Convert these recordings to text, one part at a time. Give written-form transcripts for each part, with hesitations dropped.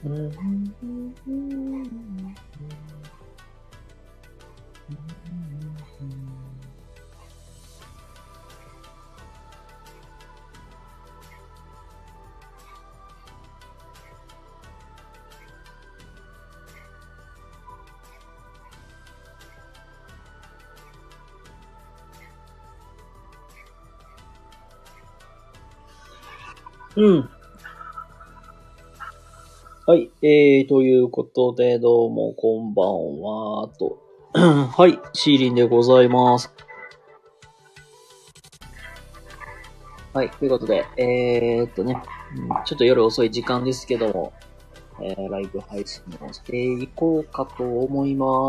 うん。はい。ということで、どうもこんばんは、と。はい。シーリンでございます。はい。ということで、ちょっと夜遅い時間ですけども、ライブ配信をしていこうかと思います。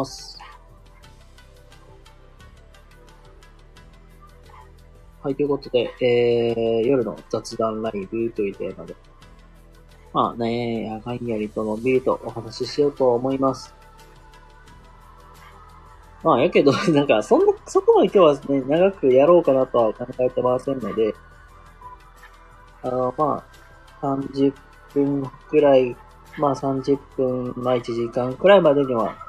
はい。ということで、夜の雑談ライブというテーマで、まあね、やがんやりとのんびりとお話ししようと思います。まあ、やけど、なんか、そこまで今日はね、長くやろうかなとは考えてませんので、まあ、30分くらい、まあ30分、まあ1時間くらいまでには、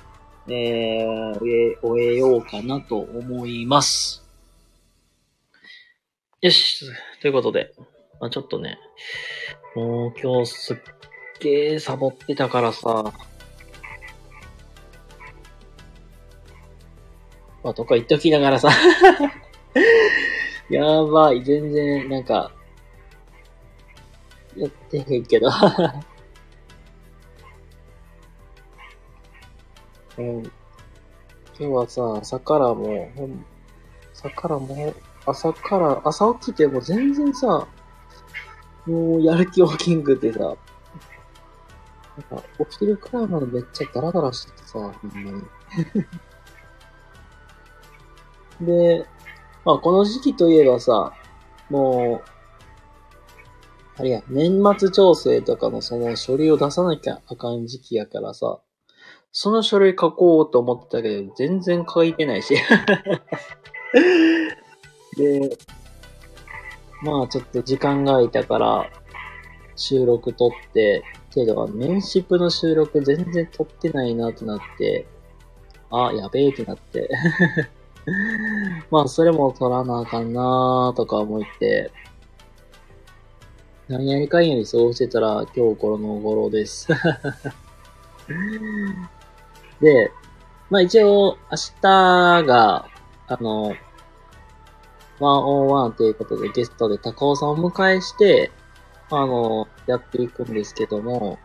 終えようかなと思います。よし。ということで、まあちょっとね、もう今日すっげーサボってたからさ、まあとか言っておきながらさ、やばい、全然、なんか、やってへんけど、うん、今日はさ、朝起きても全然さ、もうやる気起きんくってさ、なんか起きるくらいまでめっちゃダラダラしててさ、ほんまに。で、まあこの時期といえばさ、もう、あれや、年末調整とかのその書類を出さなきゃあかん時期やからさ、その書類書こうと思ってたけど、全然書いてないし。で、まあちょっと時間が空いたから、収録撮って、けど、メンシップの収録全然撮ってないなってなって、あ、やべえってなって。まあ、それも撮らなあかんなーとか思って、何やりかんやりそうしてたら、今日この頃です。で、まあ一応、明日が、101ということでゲストで高尾さんをお迎えして、やっていくんですけども、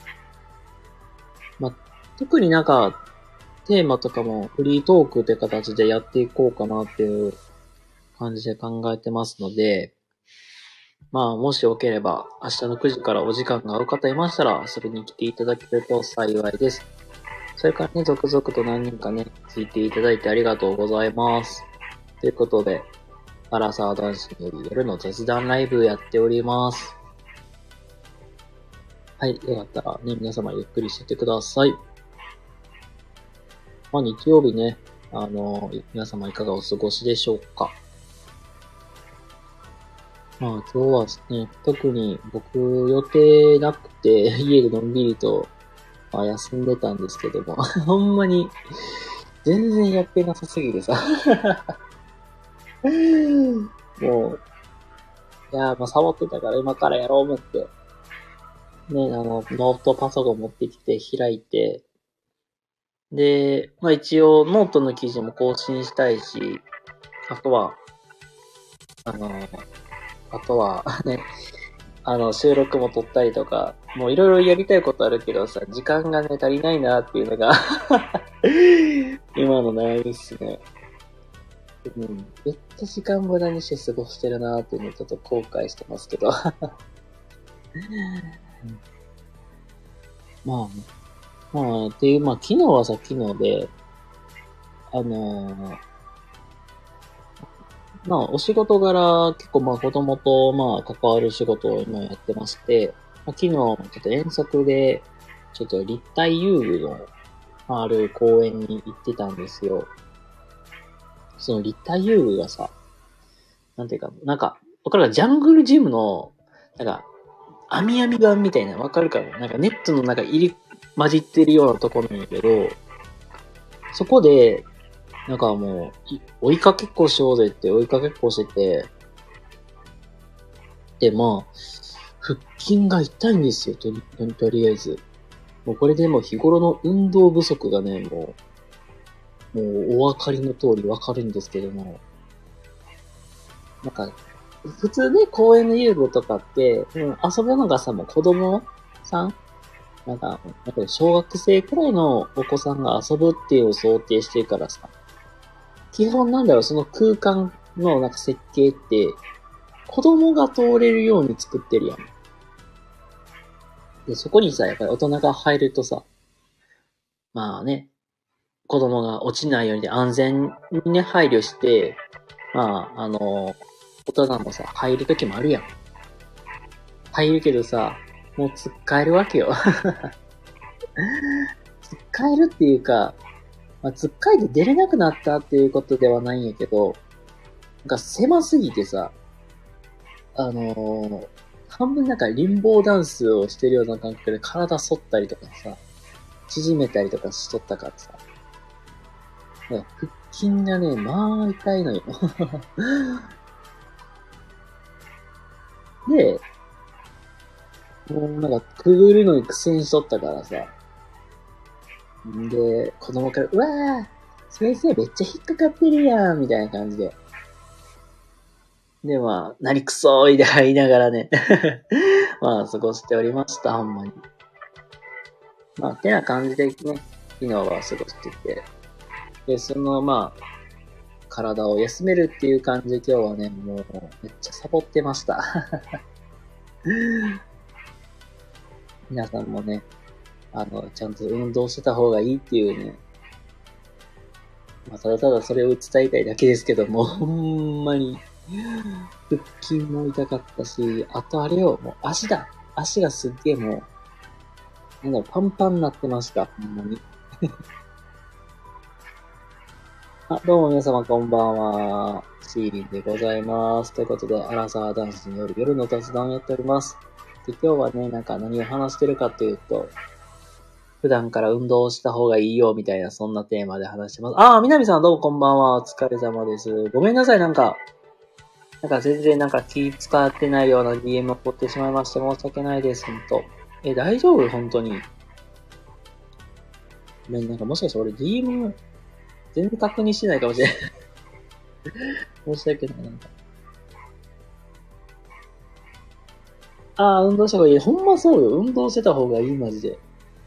まあ、特になんか、テーマとかもフリートークって形でやっていこうかなっていう感じで考えてますので、まあ、もしよければ、明日の9時からお時間が合う方いましたら、それに来ていただけると幸いです。それからね、続々と何人かね、聞いていただいてありがとうございます。ということで、アラサー男子による夜の雑談ライブやっております。はい、よかったらね、皆様ゆっくりしててください。まあ、日曜日ね、皆様いかがお過ごしでしょうか。まあ今日はね、特に僕予定なくて、家でのんびりと、まあ、休んでたんですけども、ほんまに全然やってなさすぎてさ。もう、いやまあサボってたから今からやろう思って、ね、ノートパソコン持ってきて開いて、で、まあ一応ノートの記事も更新したいし、あとは、あの、あとはね、収録も撮ったりとか、もういろいろやりたいことあるけどさ、時間がね、足りないなっていうのが今の悩みっすね。うん。めっちゃ時間無駄にして過ごしてるなっていうのをちょっと後悔してますけど。まあ、まあ、っていう、まあ、昨日はさ、昨日で、あのーまあ、お仕事柄、結構まあ、子供とまあ、関わる仕事を今やってまして、まあ、昨日、ちょっと遠足で、ちょっと立体遊具のある公園に行ってたんですよ。その立体遊具がさ、なんていうか、なんか、僕らがジャングルジムの、なんか、 網網版みたいな、わかるかな？なんかネットの中混じってるようなとこなんやけど、そこで、なんかもう、追いかけっこしようぜって追いかけっこしてて、で、まあ、腹筋が痛いんですよ、とりあえず。もうこれでも日頃の運動不足がね、もうお分かりの通りわかるんですけども、なんか、普通ね、公園の遊具とかって、遊ぶのがさ、もう子供さんなんか、やっぱり小学生くらいのお子さんが遊ぶっていうのを想定してるからさ、基本なんだろう、その空間のなんか設計って、子供が通れるように作ってるやん。で、そこにさ、やっぱり大人が入るとさ、まあね、子供が落ちないように安全にね、配慮して、まあ、大人もさ、入るときもあるやん。入るけどさ、もうつっかえるわけよ。つっかえるっていうか、まあ、つっかえて出れなくなったっていうことではないんやけど、なんか狭すぎてさ、半分なんかリンボーダンスをしてるような感覚で体反ったりとかさ、縮めたりとかしとったからさ、腹筋がね、まあ痛いのよ。で、もうなんかくぐるのに苦戦しとったからさ、で、子供から、うわー先生めっちゃ引っかかってるやんみたいな感じで。で、まあ、何くそーいで言いながらね、まあ、過ごしておりました、ほんまに。まあ、てな感じでね、昨日は過ごしてて。で、まあ、体を休めるっていう感じで今日はね、もう、めっちゃサボってました。皆さんもね、ちゃんと運動してた方がいいっていうね、まあ、ただただそれを伝えたいだけですけども、ほんまに、腹筋も痛かったし、あとあれよ、もう足だ。足がすっげえもう、なんだろう、パンパンになってました。ほんまに。あ、どうも皆様こんばんは。シーリンでございます。ということで、アラサー男子による夜の雑談をやっております。で、今日はね、なんか何を話してるかというと、普段から運動した方がいいよ、みたいな、そんなテーマで話してます。あ、みなみさんどうもこんばんは。お疲れ様です。ごめんなさい、なんか全然なんか気使ってないような DM を送ってしまいまして、申し訳ないです、ほんと。大丈夫本当に。ごめん、なんかもしかして俺 DM 全然確認してないかもしれない。申し訳ない、なんか。運動した方がいい。ほんまそうよ。運動してた方がいい、マジで。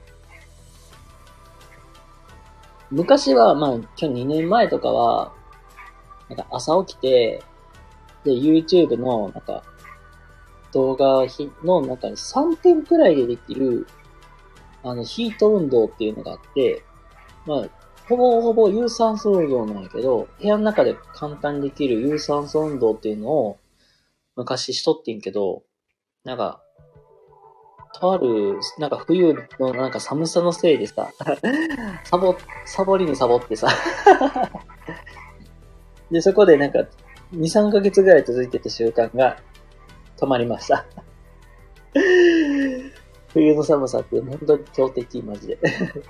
昔は、まあ、今日2年前とかは、なんか朝起きて、で、YouTube の、なんか、動画の中に3分くらいでできる、ヒート運動っていうのがあって、まあ、ほぼほぼ有酸素運動なんやけど、部屋の中で簡単にできる有酸素運動っていうのを昔しとってんけど、なんか、とある、なんか冬のなんか寒さのせいでさ、サボりにサボってさ、で、そこでなんか、2、3ヶ月ぐらい続いてた習慣が止まりました。冬の寒さって本当に強敵、マジで。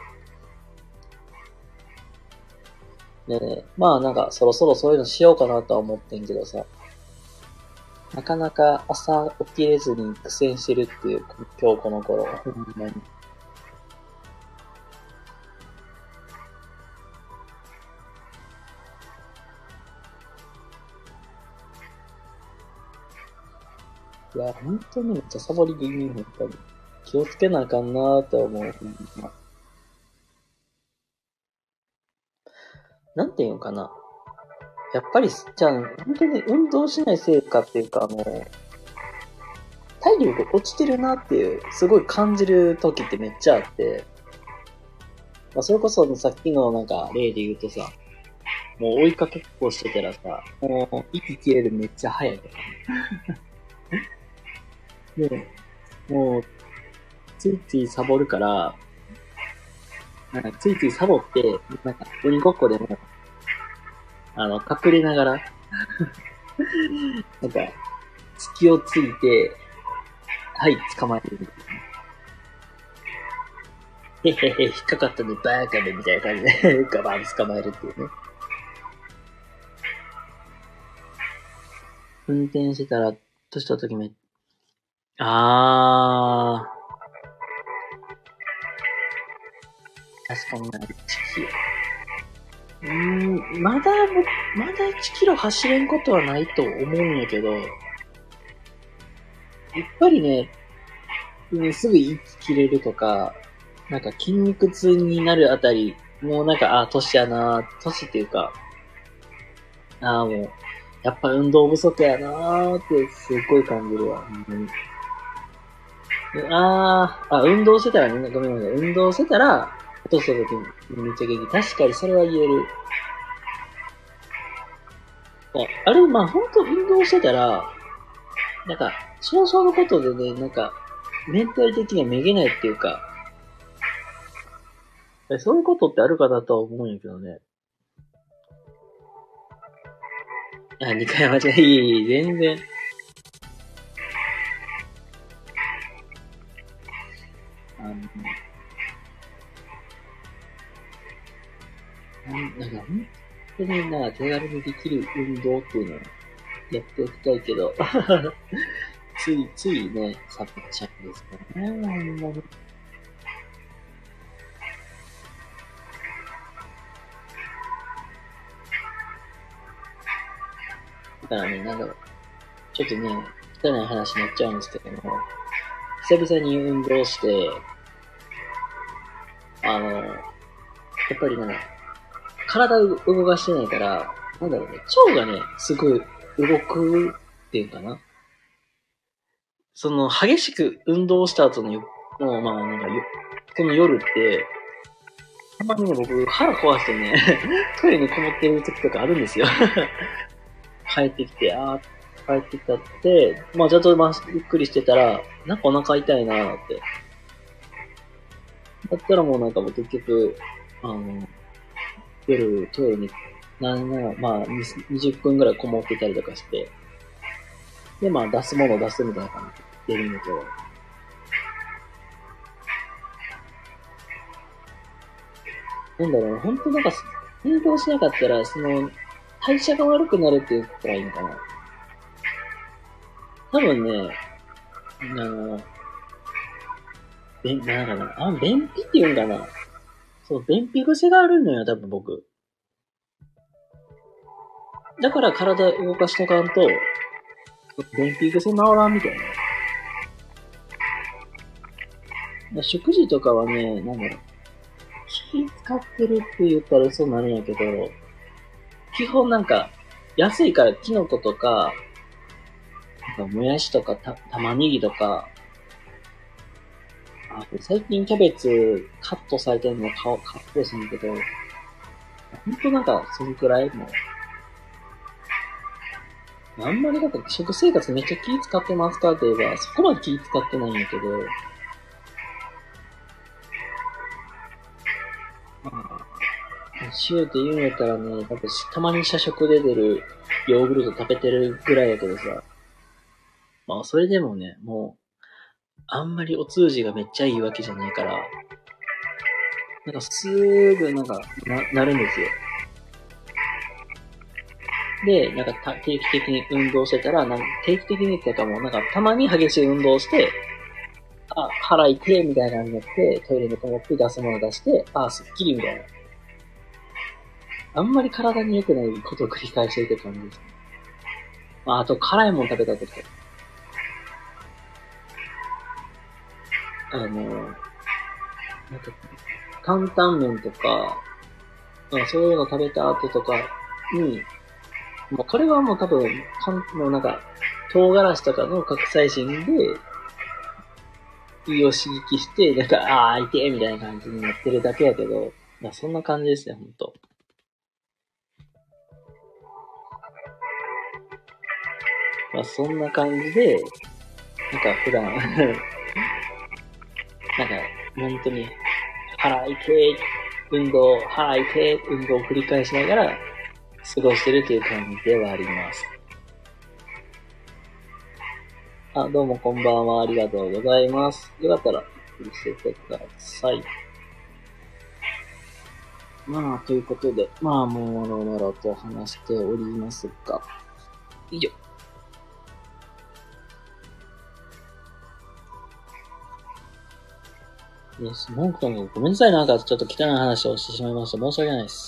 ねえ、まあなんかそろそろそういうのしようかなとは思ってんけどさ、なかなか朝起きれずに苦戦してるっていう、今日この頃、ほんまに。いや、本当にめっちゃサボり気味、本当に。気をつけなあかんなーって思う。なんていうのかな。やっぱり、じゃあ、本当に運動しないせいかっていうか、体力落ちてるなっていう、すごい感じる時ってめっちゃあって、まあ、それこそさっきのなんか例で言うとさ、もう追いかけっこしてたらさ、もう息切れるめっちゃ早いとかね。で、もう、ついついサボるから、なんかついついサボって、なんか鬼ごっこでも、隠れながら、なんか、隙をついて、 はい、捕まえるみたいな。へへへ、引っかかったね、バーカめみたいな感じで、ガバン捕まえるっていうね。運転してたら、年取った時確かにな、1キロ。まだ1キロ走れんことはないと思うんやけど、やっぱりね、すぐ息切れるとか、なんか筋肉痛になるあたり、もうなんか、年やな、年っていうか、もう、やっぱ運動不足やなーってすっごい感じるわ、本当に。運動してたらね、ごめんなさい。運動してたら、年した時にめっちゃ元気。確かにそれは言える。あれ、まあ本当運動してたら、なんか、少々のことでね、なんか、メンタル的にはめげないっていうか、そういうことってあるかなとは思うんやけどね。2回間違い、全然。なんか本当になんか手軽にできる運動っていうのをやっておきたいけど、ついね、サボっちゃうんですからね、ほんまに。だからね、なんだろう。ちょっとね、汚い話になっちゃうんですけども、久々に運動して、やっぱりね、体を動かしてないから、なんだろうね、腸がね、すごい動くっていうかな。その、激しく運動した後のその夜って、たまにね、僕、腹壊してね、トイレにこもってる時とかあるんですよ。帰ってきて、帰ってきたって、ちょっとゆっくりしてたら、なんかお腹痛いなーって。だったらもうなんかもう結局、夜トイレに、20分ぐらいこもってたりとかして、で、出すもの出すみたいな感じで出るんだけど、なんだろうな、本当なんか、運動しなかったら、代謝が悪くなるって言ったらいいのかな。多分ね、なんか便秘って言うんかな。そう、便秘癖があるのよ、多分僕。だから体動かしとかんと、便秘癖治らんみたいな。食事とかはね、なんだろう。気使ってるって言ったら嘘になるんやけど、基本なんか、安いからキノコとか、もやしとか玉ねぎとか、最近キャベツカットされてるの買ってほしいんだけど、ほんとなんか、そのくらいもう、あんまりなんか食生活めっちゃ気使ってますかって言えば、そこまで気使ってないんやけど、塩って言うんやったらね、たまに社食で出るヨーグルト食べてるぐらいやけどさ、それでもね、もう、あんまりお通じがめっちゃいいわけじゃないから、なんかすぐなるんですよ。で、定期的に運動してたら、定期的にっていうかもうたまに激しい運動して、腹痛いみたいな感じになって、トイレにこもって出すもの出して、すっきりみたいな。あんまり体に良くないことを繰り返してるって感じですね。あと辛いもの食べたとき。担々麺とか、そういうの食べた後とかに、これはもう多分、唐辛子とかの核細菌で、胃を刺激して、痛いみたいな感じになってるだけやけど、そんな感じですね、ほんと。そんな感じで、普段本当に、腹痛い、腹痛い、運動を繰り返しながら、過ごしてるという感じではあります。 あ、どうもこんばんは。ありがとうございます。よかったら、見せてください。まあ、ということで、まあ、もう、もろと話しておりますが、以上。です。本当にごめんなさい。なんかちょっと汚い話をしてしまいました。申し訳ないです。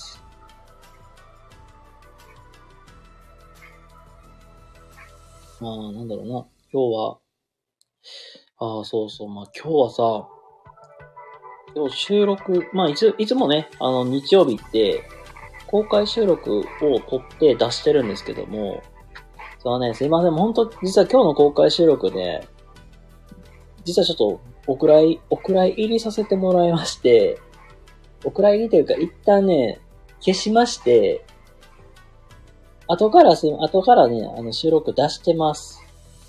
まあ、なんだろうな。今日は、そうそう。まあ今日はさ、今日収録、まあいつもね、日曜日って、公開収録を撮って出してるんですけども、そうね、すいません。本当実は今日の公開収録で、実はちょっと、お蔵入りさせてもらいまして、お蔵入りというか、一旦ね、消しまして、後からね、収録出してます。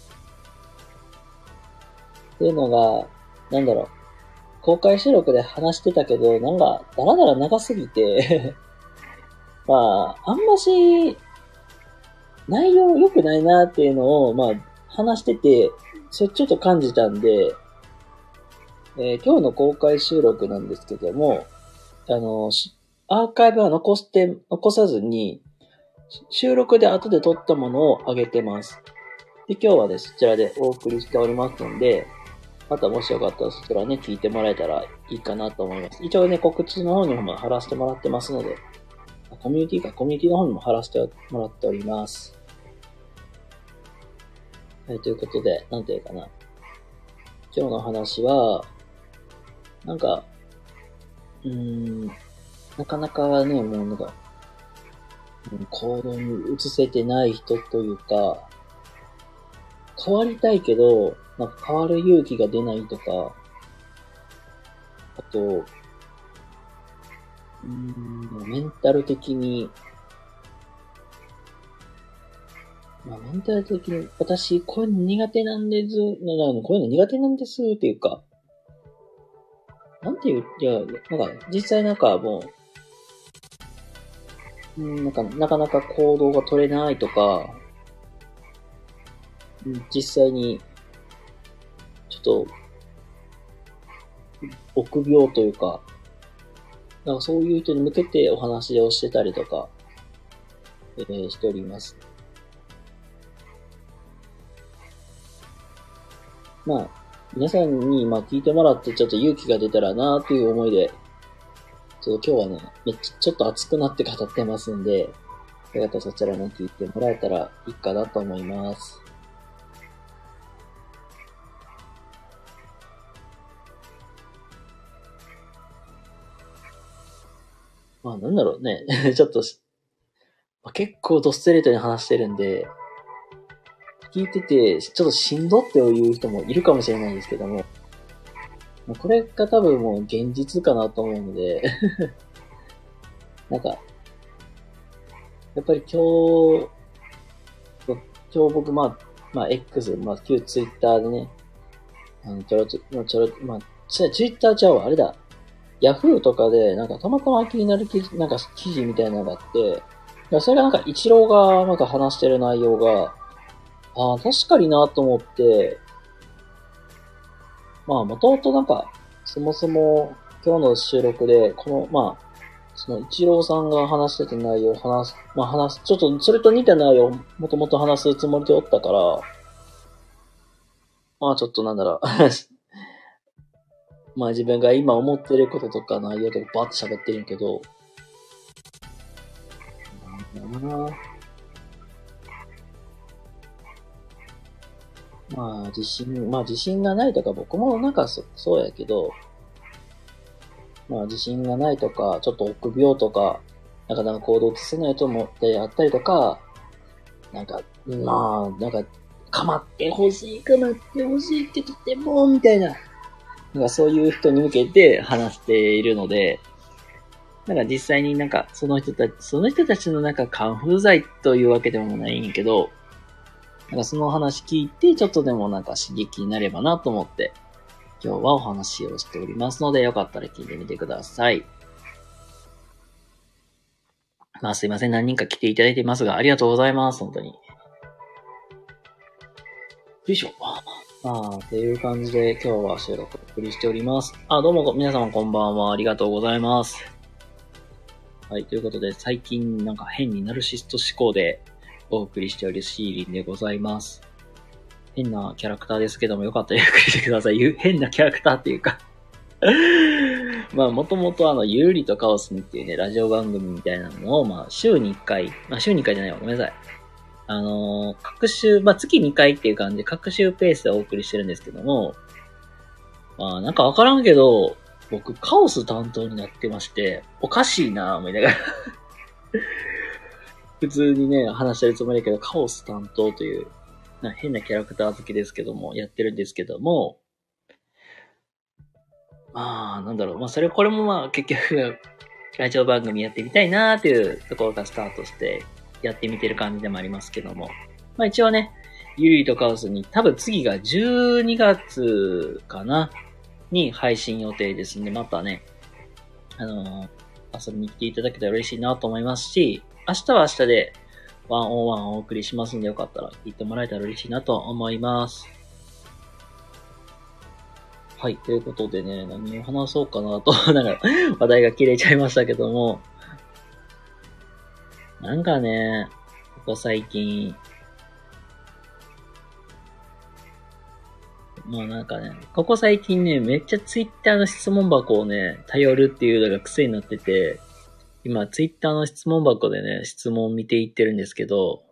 っていうのが、なんだろう、公開収録で話してたけど、なんか、だらだら長すぎてまあ、あんまし、内容良くないなっていうのを、まあ、話してて、それちょっと感じたんで、今日の公開収録なんですけども、あの、アーカイブは残さずに、収録で後で撮ったものを上げてます。で、今日はね、そちらでお送りしておりますので、またもしよかったらそちらね、聞いてもらえたらいいかなと思います。一応ね、告知の方にも貼らせてもらってますので、コミュニティの方にも貼らせてもらっております。はい、ということで、なんていうかな。今日の話は、なんか、なかなかね、もうなんか、行動に移せてない人というか、変わりたいけど、なんか変わる勇気が出ないとか、あと、メンタル的に、メンタル的に、私、こういうの苦手なんです、こういうの苦手なんですっていうか、なんていう、いや、なんか、実際なんかもう、なかなか行動が取れないとか、実際に、ちょっと、臆病というか、なんかそういう人に向けてお話をしてたりとか、しております。まあ、皆さんに、聞いてもらってちょっと勇気が出たらなという思いで、ちょっと今日はね、ちょっと熱くなって語ってますんで、よかったらそちらも聞いてもらえたらいいかなと思います。なんだろうね。ちょっと結構ドストレートに話してるんで、聞いてて、ちょっとしんどっていう人もいるかもしれないんですけども、これが多分もう現実かなと思うので、なんか、やっぱり今日僕X、旧ツイッターでね、ツイッターちゃうわ、あれだ。ヤフーとかで、なんかたまたま気になるなんか記事みたいなのがあって、それがなんか一郎がなんか話してる内容が、確かになと思って、もともとなんか、そもそも今日の収録で、その一郎さんが話してた内容をちょっとそれと似た内容をもともと話すつもりでおったから、ちょっとなんだろう自分が今思ってることとか内容とかバーって喋ってるんやけど、なんだろうな。自信がないとか僕もなんかそうやけど、自信がないとか、ちょっと臆病とか、なかなか行動を移せないと思ってあったりとか、なんか、構ってほしいってとても、みたいな。なんかそういう人に向けて話しているので、なんか実際になんかその人たちのなんかカンフー剤というわけでもないんやけど、なんかその話聞いてちょっとでもなんか刺激になればなと思って、今日はお話をしておりますので、よかったら聞いてみてください。すいません。何人か来ていただいていますが、ありがとうございます。本当に。 いしょ。っていう感じで今日は収録をお送りしております。どうも皆様こんばんは。ありがとうございます。はい、ということで最近なんか変にナルシスト思考でお送りしておりシーリンでございます。変なキャラクターですけどもよかったらゆっくりしてください。変なキャラクターっていうかもともとゆるりとカオスにっていうね、ラジオ番組みたいなのを、週に1回、週に1回じゃないわ、ごめんなさい。各週、月2回っていう感じで、各週ペースでお送りしてるんですけども、なんかわからんけど、僕、カオス担当になってまして、おかしいなぁ、思いながら。普通にね、話してるつもりだけど、カオス担当という、変なキャラクター好きですけども、やってるんですけども、これも結局、ラジオ番組やってみたいなーっていうところからスタートして、やってみてる感じでもありますけども。一応ね、ゆりとカオスに多分次が12月かなに配信予定ですんで、またね、遊びに来ていただけたら嬉しいなと思いますし、明日は明日で101をお送りしますんでよかったら聞いてもらえたら嬉しいなと思います。はい、ということでね、何を話そうかなと、話題が切れちゃいましたけども、なんかね、ここ最近、ここ最近ね、めっちゃツイッターの質問箱をね、頼るっていうのが癖になってて、今ツイッターの質問箱でね、質問を見ていってるんですけど、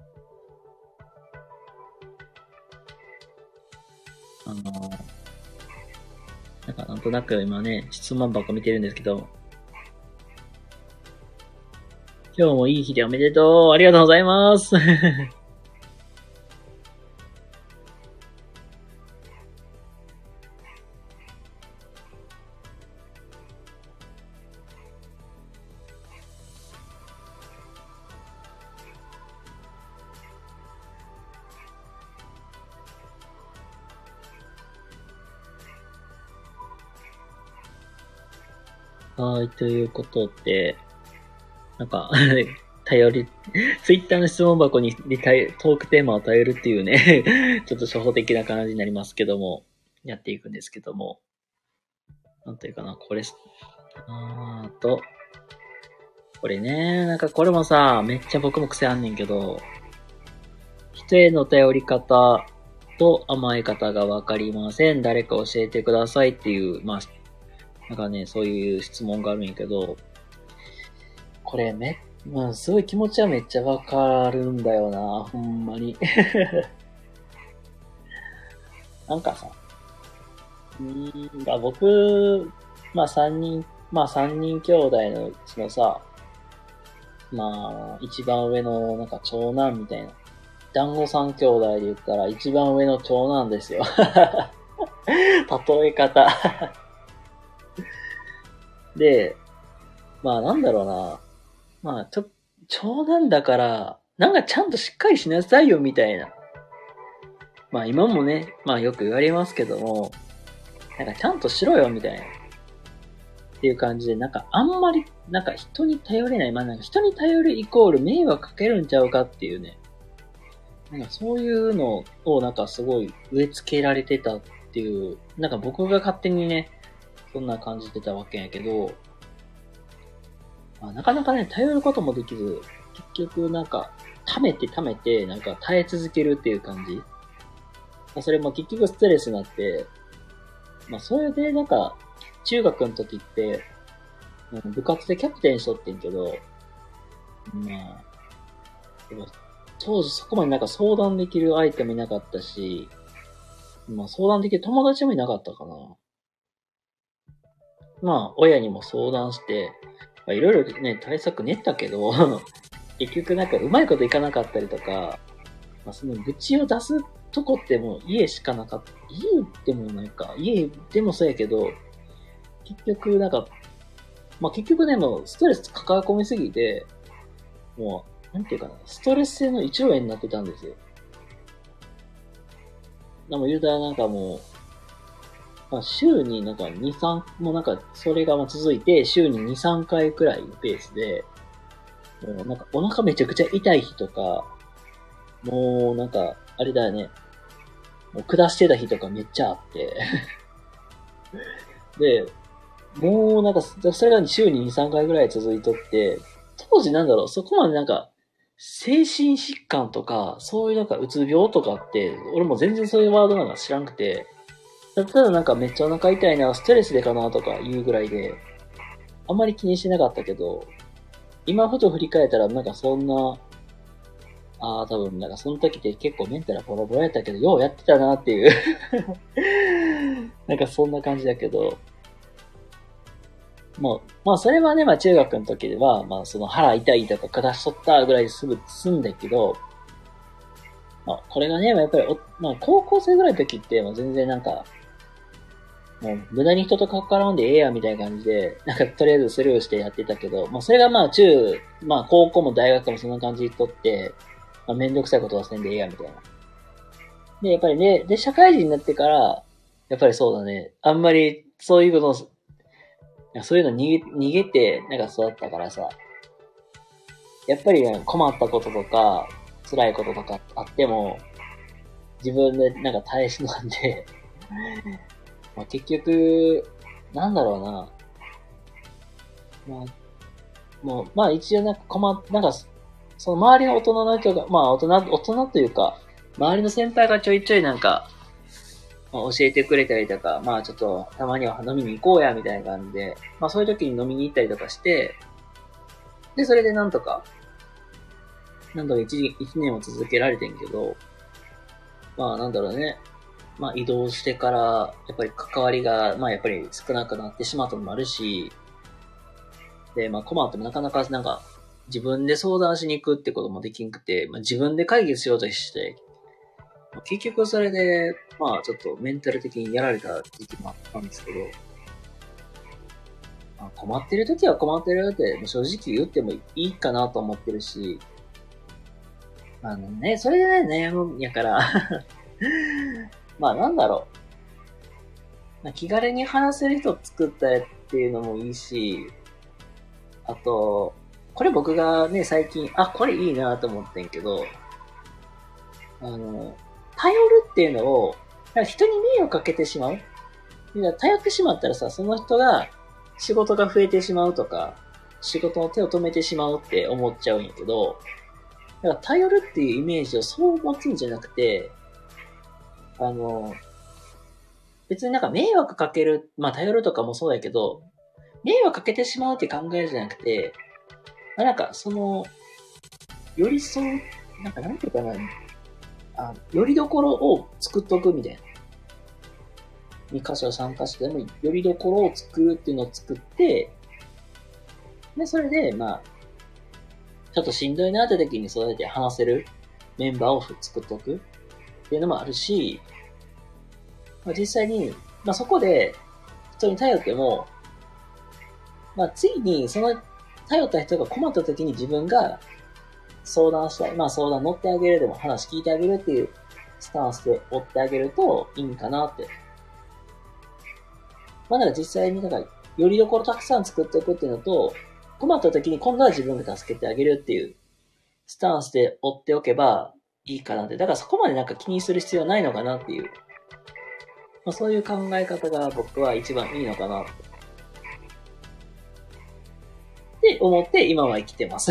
なんとなく今ね、質問箱見てるんですけど、今日もいい日でおめでとう。ありがとうございます。はい、ということで、頼り、ツイッターの質問箱にトークテーマを頼るっていうね、ちょっと初歩的な感じになりますけども、やっていくんですけども、なんというかな、これ、これね、これもさ、めっちゃ僕も癖あんねんけど、人への頼り方と甘え方がわかりません。誰か教えてくださいっていう、そういう質問があるんやけど、これすごい気持ちはめっちゃわかるんだよな、ほんまに。なんかさ、僕、三人兄弟のうちのさ、一番上の長男みたいな。団子三兄弟で言ったら一番上の長男ですよ。例え方。で、なんだろうな。長男だから、ちゃんとしっかりしなさいよみたいな。今もね、よく言われますけども、ちゃんとしろよみたいな。っていう感じで、あんまり、人に頼れない。人に頼るイコール迷惑かけるんちゃうかっていうね。そういうのをすごい植え付けられてたっていう、僕が勝手にね、そんな感じてたわけやけど、なかなかね、頼ることもできず、結局溜めて、耐え続けるっていう感じ。それも結局ストレスになって、それで中学の時って、部活でキャプテンしとってんけど、でも当時そこまで相談できる相手もいなかったし、相談できる友達もいなかったかな。親にも相談して、いろいろね、対策練ったけど、結局うまいこといかなかったりとか、その愚痴を出すとこってもう家しかなかった。家でも家でもそうやけど、結局結局ね、もうストレス抱え込みすぎて、もう、ストレス性の胃腸炎になってたんですよ。でも言うたらもう、週に2、3、もうそれが続いて、週に2、3回くらいのペースで、もうお腹めちゃくちゃ痛い日とか、もうあれだよね。 もう下してた日とかめっちゃあって。で、もうなんか、それが週に2、3回ぐらい続いとって、当時なんだろう、そこまでなんか、精神疾患とか、そういうなんかうつ病とかって、俺も全然そういうワードなんか知らんくて、ただなんかめっちゃお腹痛いな、ストレスでかなとか言うぐらいで、あんまり気にしてなかったけど、今ふと振り返ったらなんかそんな、多分なんかその時って結構メンタルボロボロやったけど、ようやってたなっていうなんかそんな感じだけど、もう、まあそれはね、まあ中学の時では、まあその腹痛いとか下しとったぐらいですぐ済んだけど、まあこれがね、やっぱりまあ高校生ぐらいの時って、まあ全然なんか、もう無駄に人と関わらんでええやみたいな感じで、なんかとりあえずスルーしてやってたけど、まあそれがまあまあ高校も大学もそんな感じにとって、まあめんどくさいことはせんでええやみたいな。で、やっぱりね、で、社会人になってから、やっぱりそうだね、あんまりそういうことそういうの逃げて、なんか育ったからさ、やっぱり、ね、困ったこととか、辛いこととかあっても、自分でなんか耐え忍んで、まあ結局、なんだろうな、まあ、もう、まあ一応なんかなんか、その周りの大人の人が、まあ大人というか、周りの先輩がちょいちょいなんか、まあ、教えてくれたりとか、まあちょっとたまには飲みに行こうや、みたいな感じで、まあそういう時に飲みに行ったりとかして、で、それでなんとか一年を続けられてんけど、まあなんだろうね。まあ移動してから、やっぱり関わりが、まあやっぱり少なくなってしまったのもあるし、で、まあ困ってもなかなかなんか、自分で相談しに行くってこともできんくて、まあ自分で解決しようとして、まあ、結局それで、まあちょっとメンタル的にやられた時期もあったんですけど、まあ、困ってる時は困ってるって正直言ってもいいかなと思ってるし、ね、それでね、悩むんやからまあなんだろう。まあ、気軽に話せる人を作ったりっていうのもいいし、あと、これ僕がね、最近、これいいなと思ってんけど、あの、頼るっていうのを、人に迷惑かけてしまう。頼ってしまったらさ、その人が仕事が増えてしまうとか、仕事の手を止めてしまうって思っちゃうんやけど、だから頼るっていうイメージをそう持つんじゃなくて、あの、別になんか迷惑かける、まあ頼るとかもそうやけど、迷惑かけてしまうって考えるじゃなくて、なんかその、寄り添う、なんかなんていうかな、寄り所を作っとくみたいな。2箇所3箇所でも寄り所を作るっていうのを作って、で、それで、まあ、ちょっとしんどいなって時にそうやって話せるメンバーを作っとくっていうのもあるし、まあ、実際に、まあそこで人に頼っても、まあ次にその頼った人が困った時に自分が相談したい。まあ相談乗ってあげるでも話聞いてあげるっていうスタンスで追ってあげるといいんかなって。まあだから実際になんか、よりどころたくさん作っておくっていうのと、困った時に今度は自分が助けてあげるっていうスタンスで追っておけばいいかなって。だからそこまでなんか気にする必要ないのかなっていう。まあそういう考え方が僕は一番いいのかなって思って今は生きてます。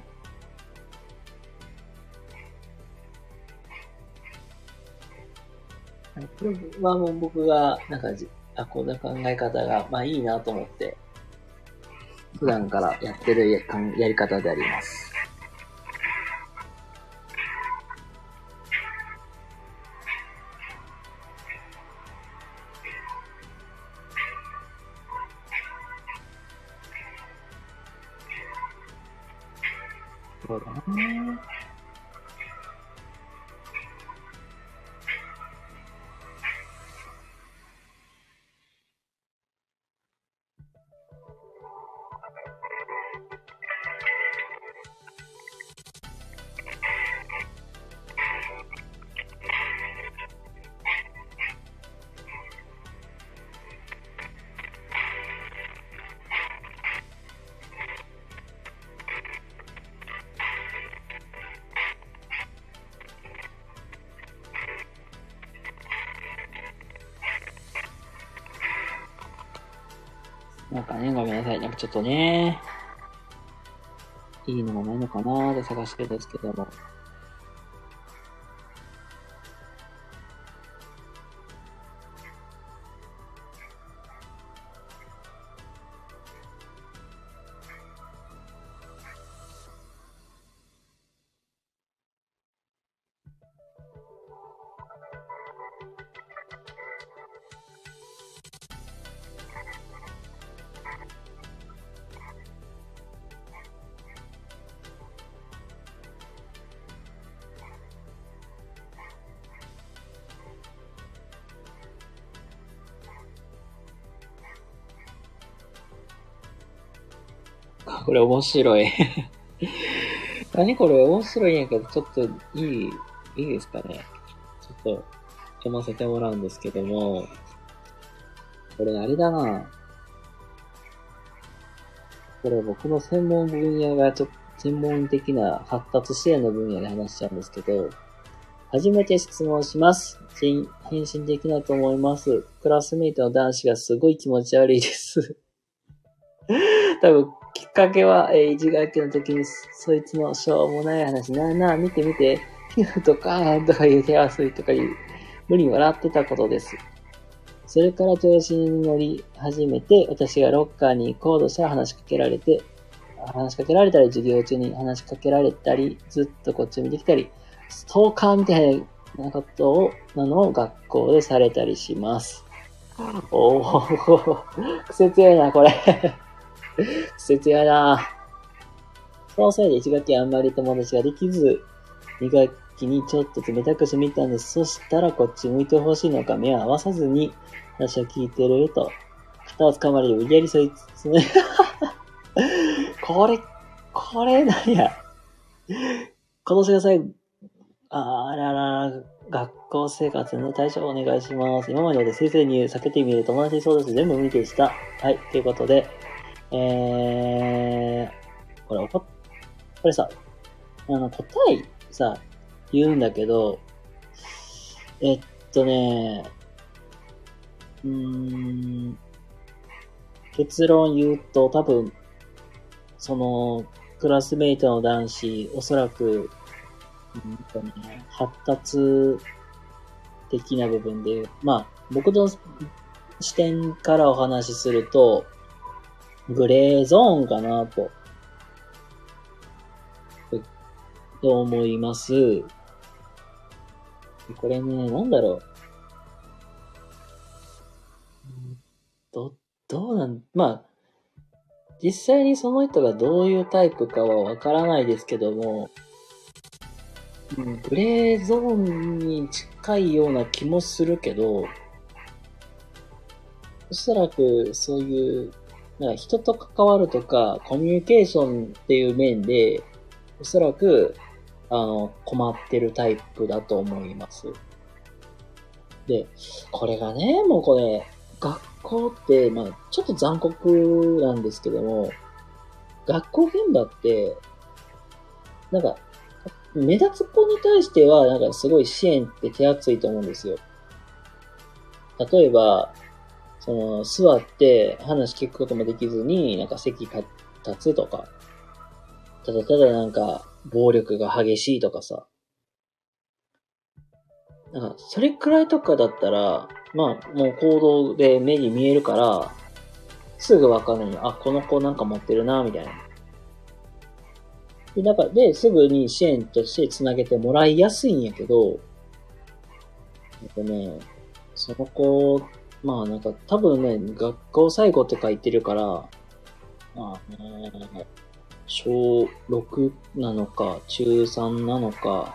これはもう僕が、なんか、こんな考え方が、まあいいなと思って、普段からやってるやり方であります。そうだね。 なんかね、ごめんなさい。なんかちょっとね、いいのがないのかなーって探してるんですけども。これ面白い。何これ面白いんやけど、ちょっといいですかね。ちょっと読ませてもらうんですけども、これあれだな。これ僕の専門分野がちょっと専門的な発達支援の分野で話しちゃうんですけど、初めて質問します。返信できないと思います。クラスメイトの男子がすごい気持ち悪いです。多分、きっかけは、1学期の時に、そいつのしょうもない話、なあなあ、見て見て、皮膚とか、とか言う手遊びとか言う、無理に笑ってたことです。それから調子に乗り始めて、私がロッカーに行こうとしたら話しかけられたり、授業中に話しかけられたり、ずっとこっち見てきたり、ストーカーみたいなことなのを学校でされたりします。おー、癖強いな、これ。癖強いな。そのせいで1学期あんまり友達ができず、2学期にちょっと冷たくしてみたんです。そしたらこっち向いてほしいのか目を合わさずに話を聞いてると、肩を掴まれる無理やりそいつね。これなんや。今年が最後、あらら、学校生活の対象をお願いします。今までで先生に避けてみる友達そうです。全部見てした。はい、ということで、これさ、答えさ、言うんだけど、えっね、結論言うと多分、その、クラスメイトの男子、おそらく、発達的な部分で、まあ、僕の視点からお話しすると、グレーゾーンかなと思います。これね、なんだろう。どうまあ、実際にその人がどういうタイプかはわからないですけども、グレーゾーンに近いような気もするけど、おそらくそういう、なんか人と関わるとか、コミュニケーションっていう面で、おそらく、困ってるタイプだと思います。で、これがね、もうこれ、学校って、まあちょっと残酷なんですけども、学校現場って、なんか、目立つ子に対しては、なんかすごい支援って手厚いと思うんですよ。例えば、座って話聞くこともできずに、なんか席立つとか、ただただなんか、暴力が激しいとかさ。なんか、それくらいとかだったら、まあ、もう行動で目に見えるから、すぐわかるのに、あ、この子なんか持ってるな、みたいな。で、すぐに支援として繋げてもらいやすいんやけど、その子、まあなんか多分ね、学校最後って書いてるから、まあね、小6なのか、中3なのか、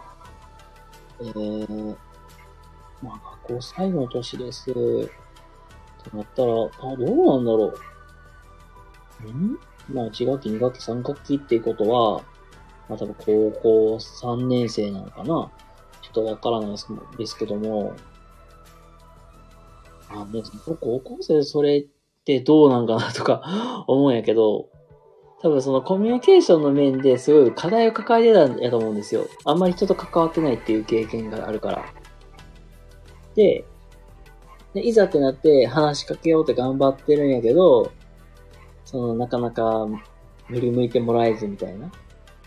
まあ学校最後の年です。ってなったら、どうなんだろう。まあ1学期、2学期、3学期っていうことは、まあ多分高校3年生なのかな。ちょっとわからないですけども、ね、高校生それってどうなんかなとか思うんやけど、多分そのコミュニケーションの面ですごい課題を抱えてたんやと思うんですよ。あんまり人と関わってないっていう経験があるから。で、いざってなって話しかけようって頑張ってるんやけど、 なかなか振り向いてもらえずみたいな。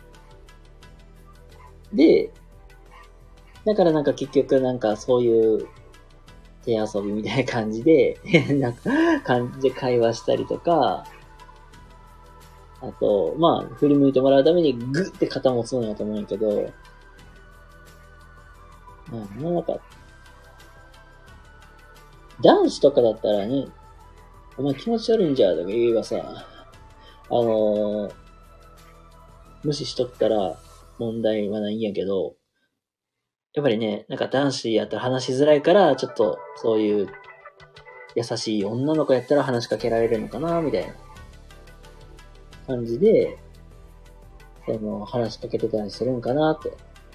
で、だからなんか結局なんかそういう手遊びみたいな感じで、なんか感じで会話したりとか、あと、まあ、振り向いてもらうためにグッて肩持つのやと思うんやけど、なんか、男子とかだったらね、お前気持ち悪いんじゃとか言えばさ、無視しとったら問題はないんやけど、やっぱりね、なんか男子やったら話しづらいから、ちょっとそういう優しい女の子やったら話しかけられるのかな、みたいな感じで、話しかけてたりするんかなって。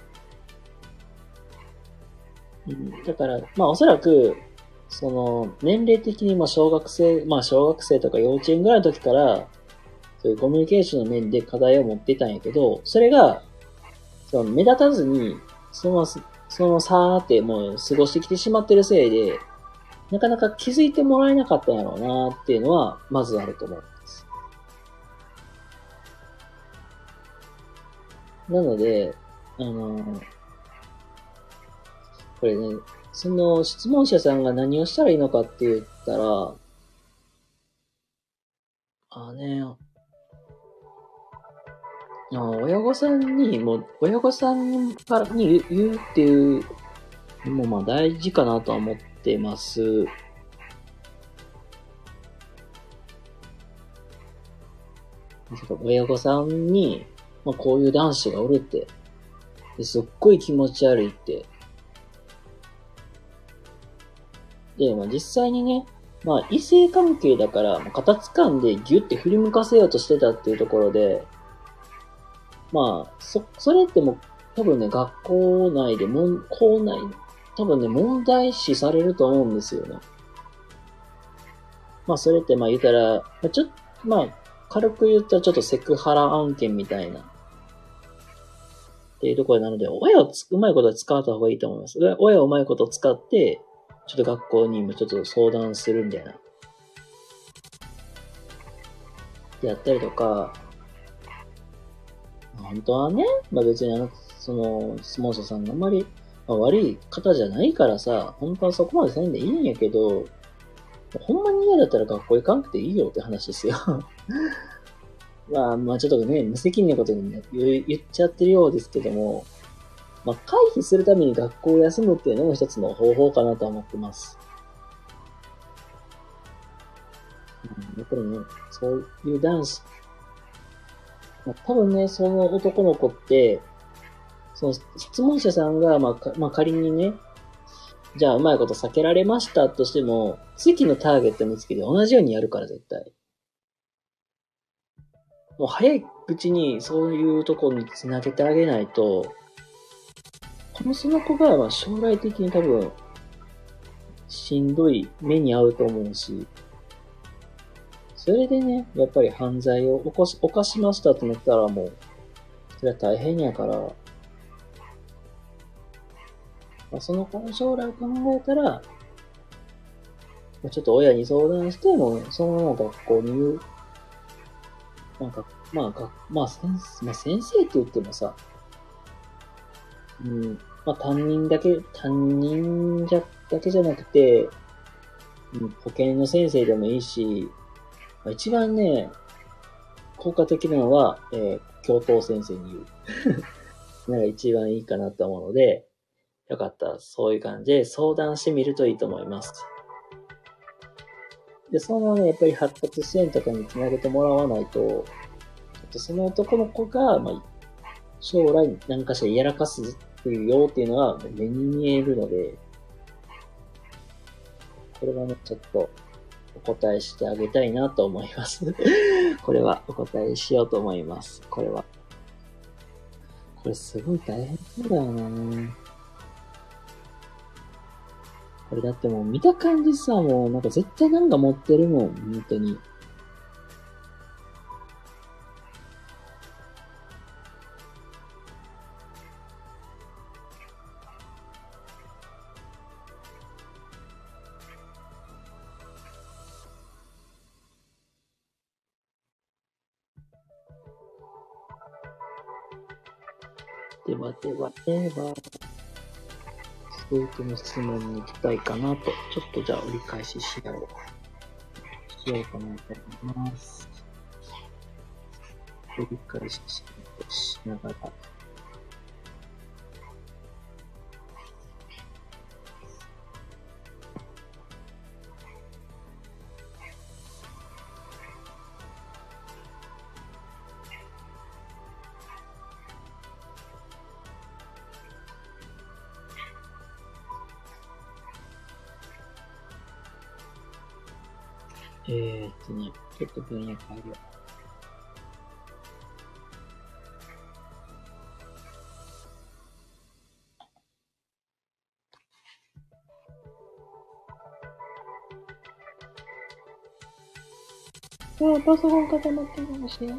だから、まあおそらく、年齢的にも小学生とか幼稚園ぐらいの時から、そういうコミュニケーションの面で課題を持ってたんやけど、それが、目立たずに、さーってもう過ごしてきてしまってるせいで、なかなか気づいてもらえなかったんやろうなっていうのは、まずあると思うんです。なので、これね、その質問者さんが何をしたらいいのかって言ったら、ね、親御さんからに言うっていうのもまあ大事かなとは思ってます。親御さんに、まあこういう男子がおるって、すっごい気持ち悪いって。で、まあ実際にね、まあ異性関係だから、肩掴んでギュッて振り向かせようとしてたっていうところで、まあ、それっても多分ね、学校内で校内、多分ね、問題視されると思うんですよね。まあ、それってまあ言ったら、まあ、軽く言ったらちょっとセクハラ案件みたいな、っていうところなので、親をうまいこと使った方がいいと思います。親をうまいこと使って、ちょっと学校にもちょっと相談するみたいな。やったりとか、本当はね、まあ別に質問者さんがあんまり、まあ、悪い方じゃないからさ、本当はそこまでせんでいいんやけど、ほんまに嫌だったら学校行かなくていいよって話ですよ。まあちょっとね、無責任なことに、ね、言っちゃってるようですけども、まあ回避するために学校を休むっていうのも一つの方法かなと思ってます。やっぱりね、そういう男子、まあ、多分ね、その男の子って、その質問者さんが、まあ仮にね、じゃあうまいこと避けられましたとしても、次のターゲット見つけて同じようにやるから絶対。もう早いうちにそういうところに繋げてあげないと、その子が将来的に多分しんどい目に遭うと思うし、それでね、やっぱり犯罪を犯しましたってなったらもう、それは大変やから、その子の将来を考えたら、ちょっと親に相談しても、そのまま学校に言う。なんか、まあ先生って言ってもさ、うん、まあ担任だけじゃなくて、保健の先生でもいいし、一番ね、効果的なのは、教頭先生に言う。のが一番いいかなと思うので、よかったらそういう感じで相談してみるといいと思います。で、そのままね、やっぱり発達支援とかにつなげてもらわないと、ちょっとその男の子が、将来何かしらやらかすよっていうのは目に見えるので、これはね、ちょっとお答えしてあげたいなと思います。これはお答えしようと思います。これすごい大変そうだよな。これだってもう見た感じさ、もうなんか絶対なんか持ってるもん、本当に。 では、続いての質問に行きたいかなと、ちょっとじゃあ折り返ししようかなと思います。折り返ししながら。ちょっと分野変えよう。パソコン固まってるかもしれない。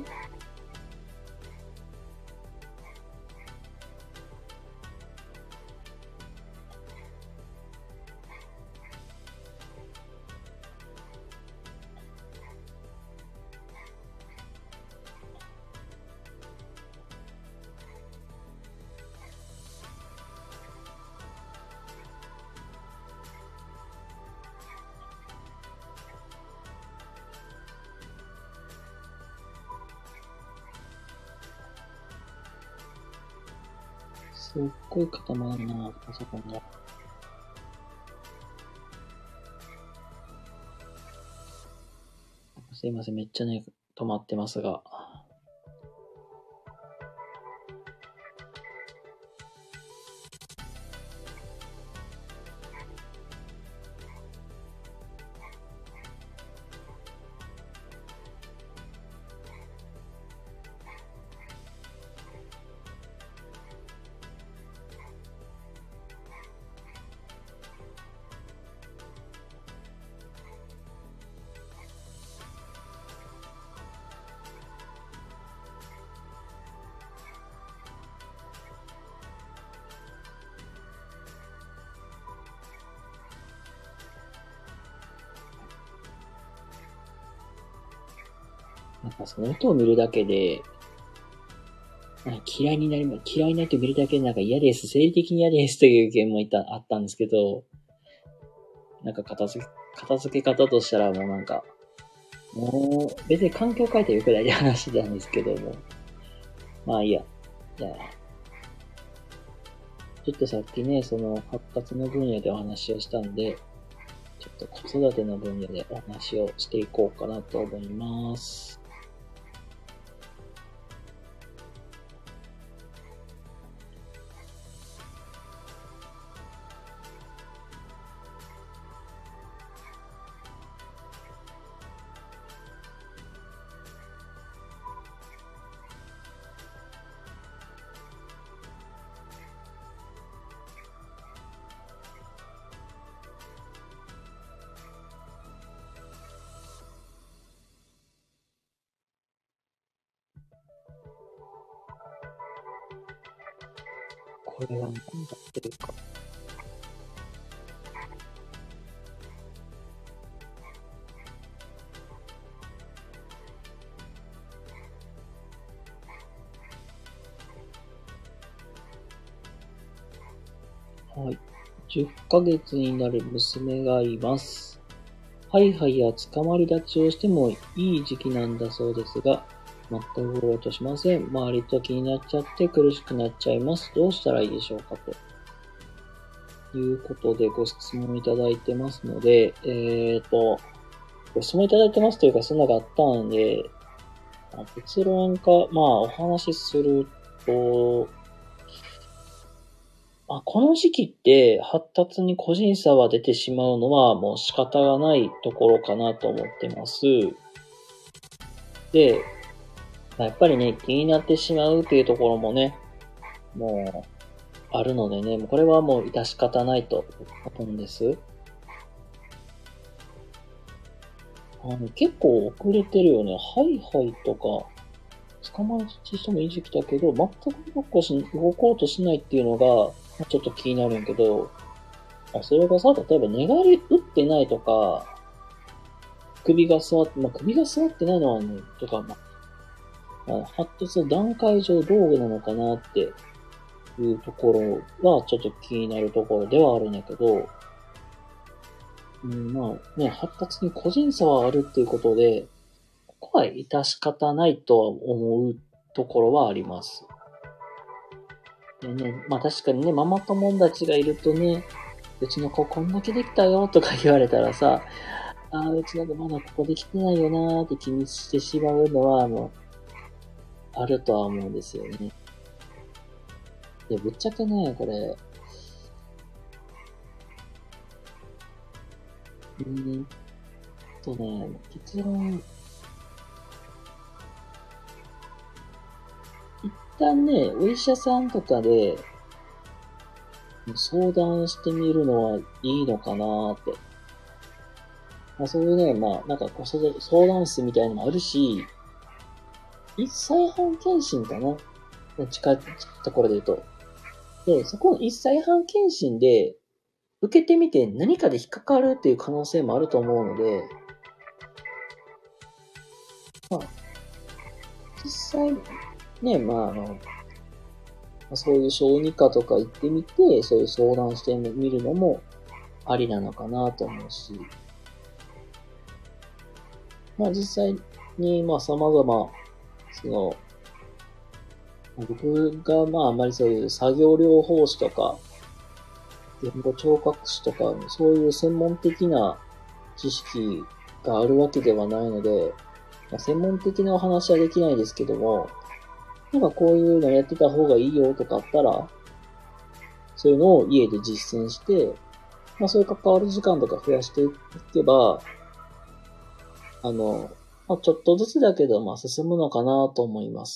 すっごい固まるな、パソコンが。すいません、めっちゃね、止まってますが。なんかその音を見るだけで、嫌いになって見るだけでなんか嫌です、生理的に嫌ですという意見もあったんですけど、なんか片付け方としたらもう別に環境変えてよくないって話なんですけども。まあいいや。じゃあ、ちょっとさっきね、その発達の分野でお話をしたんで、ちょっと子育ての分野でお話をしていこうかなと思います。これは何だってるか。はい。10ヶ月になる娘がいます。ハイハイや捕まり立ちをしてもいい時期なんだそうですが、全くフォローとしません。周りと気になっちゃって苦しくなっちゃいます。どうしたらいいでしょうかということでご質問いただいてますので、ご質問いただいてますというか、そんなのがあったんで、結論か、お話しすると、この時期って発達に個人差は出てしまうのはもう仕方がないところかなと思ってます。で、やっぱりね、気になってしまうっていうところもね、もう、あるのでね、これはもう致し方ないと思うんです。結構遅れてるよね。ハイハイとか、捕まえしてもいい時期だけど、全く動こうとしないっていうのが、ちょっと気になるんやけど、それがさ、例えば寝返り打ってないとか、首が座ってないのはね、とか、発達の段階上どうなのかなっていうところはちょっと気になるところではあるんだけど、まあね、発達に個人差はあるっていうことで、ここは致し方ないとは思うところはあります。でね、まあ確かにね、ママ友達がいるとね、うちの子こんだけできたよとか言われたらさ、うちの子まだここできてないよなーって気にしてしまうのは、あるとは思うんですよね。で、ぶっちゃけね、これ、結論、一旦ね、お医者さんとかで相談してみるのはいいのかなって。まあそういうね、まあなんか子育て相談室みたいなのもあるし、1歳半検診かな、近いところで言うと。で、そこの1歳半検診で受けてみて何かで引っかかるっていう可能性もあると思うので、まあ、実際ね、そういう小児科とか行ってみて、そういう相談してみるのもありなのかなと思うし、まあ実際に、まあ様々、その、僕があんまりそういう作業療法士とか、言語聴覚士とか、そういう専門的な知識があるわけではないので、専門的なお話はできないですけども、なんかこういうのやってた方がいいよとかあったら、そういうのを家で実践して、そういう関わる時間とか増やしていけば、ちょっとずつだけど、進むのかなと思います。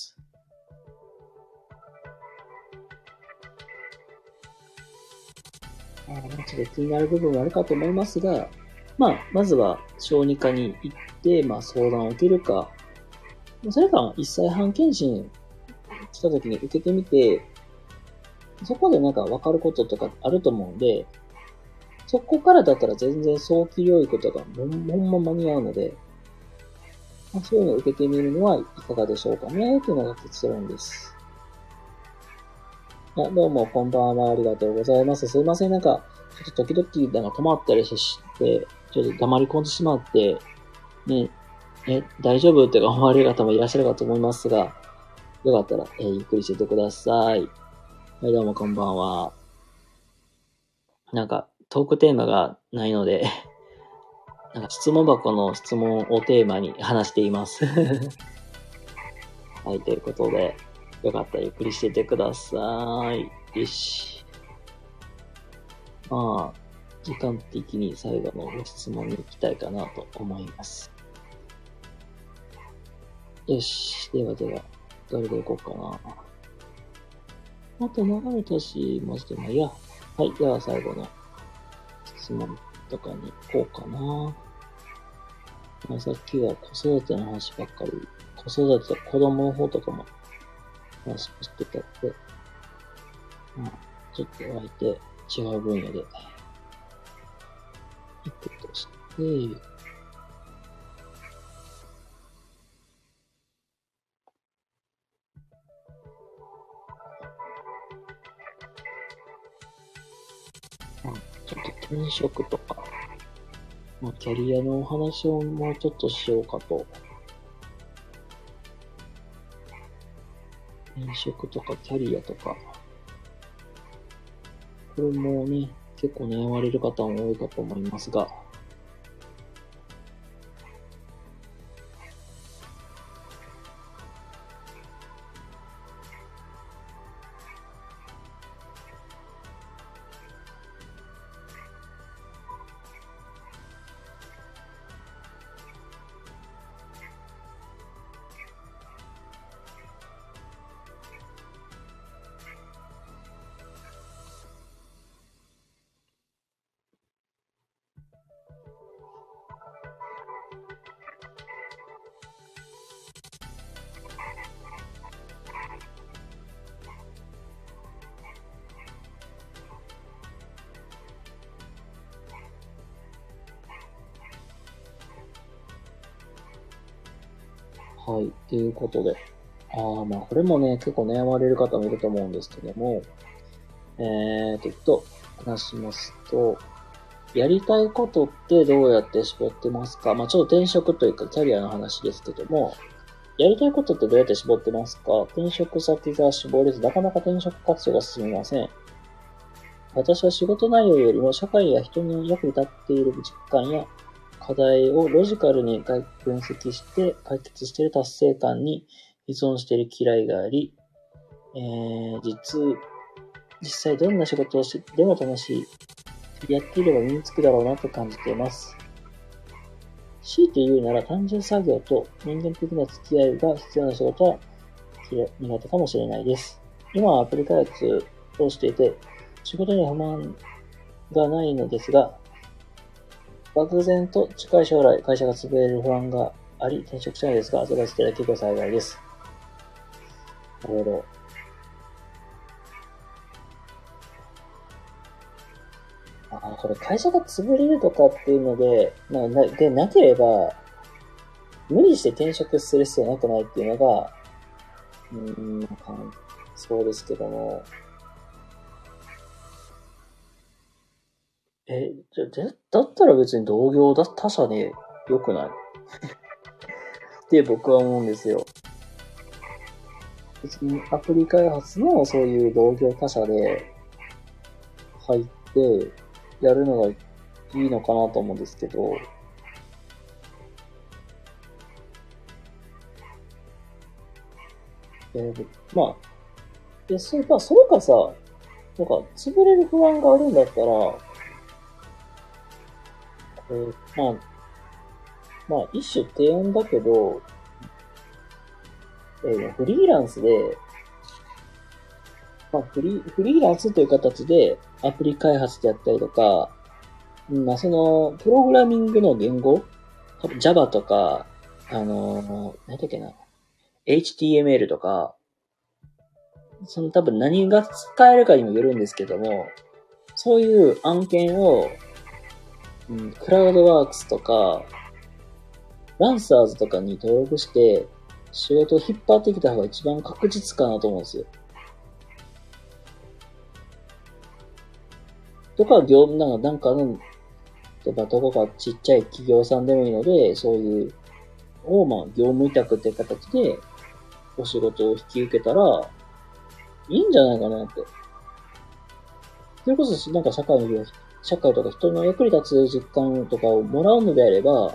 ちょっと気になる部分はあるかと思いますが、まずは小児科に行って、相談を受けるか、それか1歳半検診来た時に受けてみて、そこでなんか分かることとかあると思うんで、そこからだったら全然早期療育とかほんま間に合うので、そういうのを受けてみるのはいかがでしょうかねというのが結論です。どうも、こんばんは。ありがとうございます。すいません。なんか、ちょっと時々、止まったりして、ちょっと黙り込んでしまって、ね、大丈夫って思われる方もいらっしゃるかと思いますが、よかったら、ゆっくりしててください。はい、どうもこんばんは。なんか、トークテーマがないので、なんか質問箱の質問をテーマに話しています。はい、ということで、よかったらゆっくりしててください。よし。時間的に最後のご質問に行きたいかなと思います。よし。では、どれで行こうかな。あと流れたし、マジでいいや。はい。では、最後の質問とかに行こうかな。さっきは子育ての話ばっかり、子育てと子供の方とかも話してたって、ちょっと相手違う分野で行くとして、ちょっと転職とか、キャリアのお話をもうちょっとしようかと。転職とかキャリアとか、これもね、結構悩まれる方も多いかと思いますが、はい、ということで。これもね、結構悩まれる方もいると思うんですけども、 話しますと、やりたいことってどうやって絞ってますか？ちょっと転職というかキャリアの話ですけども、やりたいことってどうやって絞ってますか？転職先が絞れず、なかなか転職活動が進みません。私は仕事内容よりも社会や人に役に立っている実感や課題をロジカルに分析して解決している達成感に依存している嫌いがあり、実際どんな仕事をしてでも楽しい。やっていれば身につくだろうなと感じています。強いて言うなら単純作業と人間的な付き合いが必要な仕事は苦手かもしれないです。今はアプリ開発をしていて、仕事には不満がないのですが、漠然と近い将来会社が潰れる不安があり転職したいですが、アドバイスいただければ幸いです。なるほど。これ会社が潰れるとかっていうので、なければ、無理して転職する必要なくないっていうのが、そうですけども。だったら別に同業他社で良くないって僕は思うんですよ。別にアプリ開発のそういう同業他社で入ってやるのがいいのかなと思うんですけど、それかさ、潰れる不安があるんだったら、一種提案だけど、フリーランスで、フリーランスという形でアプリ開発であったりとか、プログラミングの言語、Java とか、何だっけな、HTML とか、多分何が使えるかにもよるんですけども、そういう案件を、クラウドワークスとか、ランサーズとかに登録して、仕事を引っ張ってきた方が一番確実かなと思うんですよ。とか、なんかの、どこかちっちゃい企業さんでもいいので、そういう、業務委託って形で、お仕事を引き受けたら、いいんじゃないかなって。それこそ、社会とか人の役に立つ実感とかをもらうのであれば、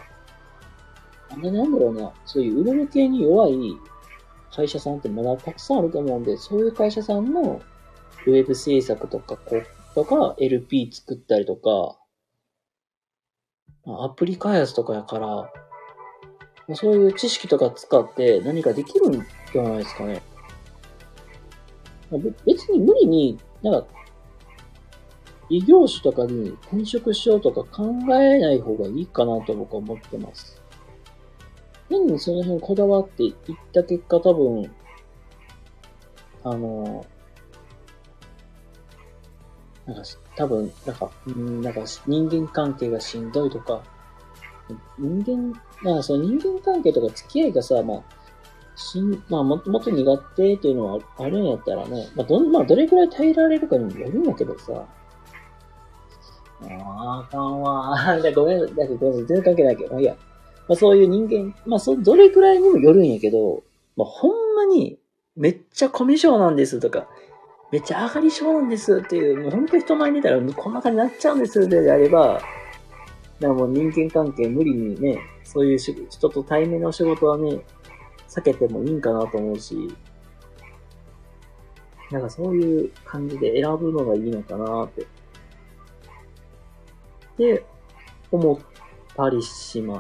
そういう売る系に弱い会社さんってまだたくさんあると思うんで、そういう会社さんのウェブ制作とか、LP 作ったりとか、アプリ開発とかやから、そういう知識とか使って何かできるんじゃないですかね。別に無理に、異業種とかに転職しようとか考えない方がいいかなと僕は思ってます。変にその辺こだわっていった結果多分、人間関係がしんどいとか、人間関係とか付き合いがさ、もともと苦手っていうのはあるんやったらね、どれくらい耐えられるかにもよるんやけどさ、あかんわ。ごめん、全然関係ないけど、いや。そういう人間、どれくらいにもよるんやけど、ほんまに、めっちゃコミュ障なんですとか、めっちゃ上がり症なんですっていう、もう本当に人前に出たらこんな感じになっちゃうんですであれば、もう人間関係無理にね、そういう人と対面の仕事はね、避けてもいいんかなと思うし、そういう感じで選ぶのがいいのかなって。で、思ったりします。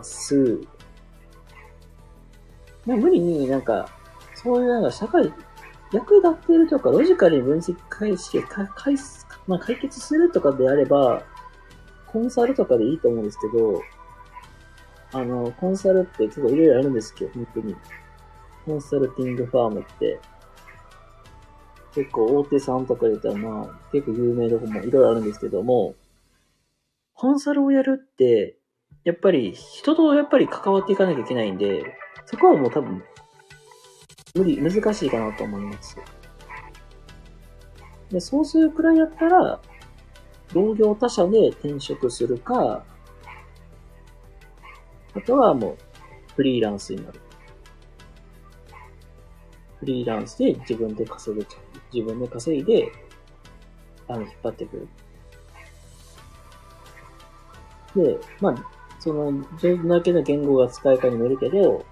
無理にそういう社会、役立っているとか、ロジカルに分析して解決するとかであれば、コンサルとかでいいと思うんですけど、コンサルって結構いろいろあるんですけど、本当に。コンサルティングファームって、結構大手さんとかで言ったら結構有名なとこもいろいろあるんですけども、コンサルをやるって、やっぱり人と関わっていかなきゃいけないんで、そこはもう多分難しいかなと思います。 で、そうするくらいやったら、同業他社で転職するか、あとはもう、フリーランスになる。フリーランスで自分で稼ぐ。自分で稼いで、引っ張ってくる。で、まあ、どれだけの言語が使いかにもよるけど、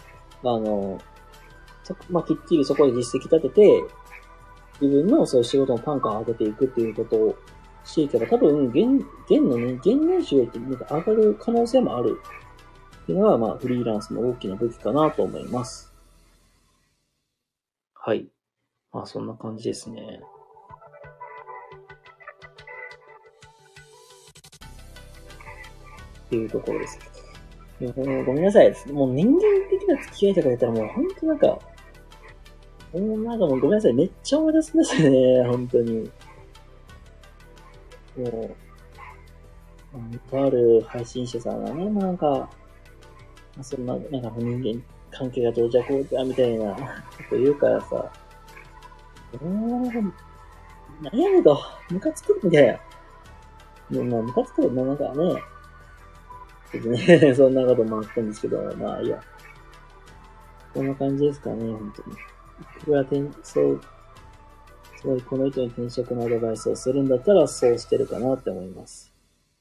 きっちりそこで実績立てて、自分のそういう仕事の単価を上げていくっていうことをしていけば、多分、現年収より上がる可能性もあるっていうのが、まあ、フリーランスの大きな武器かなと思います。はい。まあ、そんな感じですね。っていうところです。ごめんなさい。もう人間的な付き合いとか言ったらもう本当なんかもうごめんなさい。めっちゃ思い出すんですよね。本当に。もう、とある配信者さんがね、なんか人間関係がどうじゃこうじゃみたいなこと言うからさ、何やねんと、ムカつくみたいな。まあ、ムカつくのなんかね、ね、そんなこともあったんですけど、まあいや。こんな感じですかね、本当に。僕がすごいこの人に転職のアドバイスをするんだったらそうしてるかなって思います。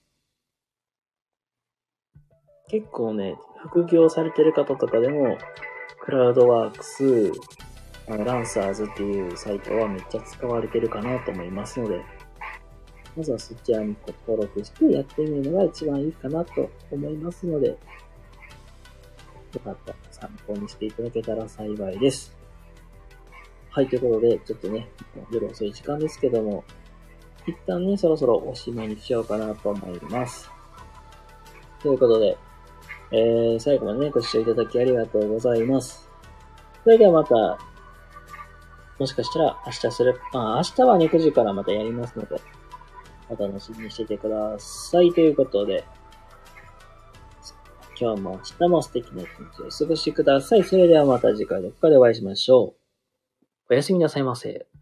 結構ね、副業されてる方とかでも、クラウドワークス、ランサーズっていうサイトはめっちゃ使われてるかなと思いますので、まずはそちらに登録してやってみるのが一番いいかなと思いますので、よかったら参考にしていただけたら幸いです。はい、ということで、ちょっとね、夜遅い時間ですけども、一旦ね、そろそろおしまいにしようかなと思います。ということで、最後までね、ご視聴いただきありがとうございます。それではまた、もしかしたら明日明日はね、9時からまたやりますので、お楽しみにしててください。ということで、今日も明日も素敵な一日をお過ごしください。それではまた次回どこかでお会いしましょう。おやすみなさいませ。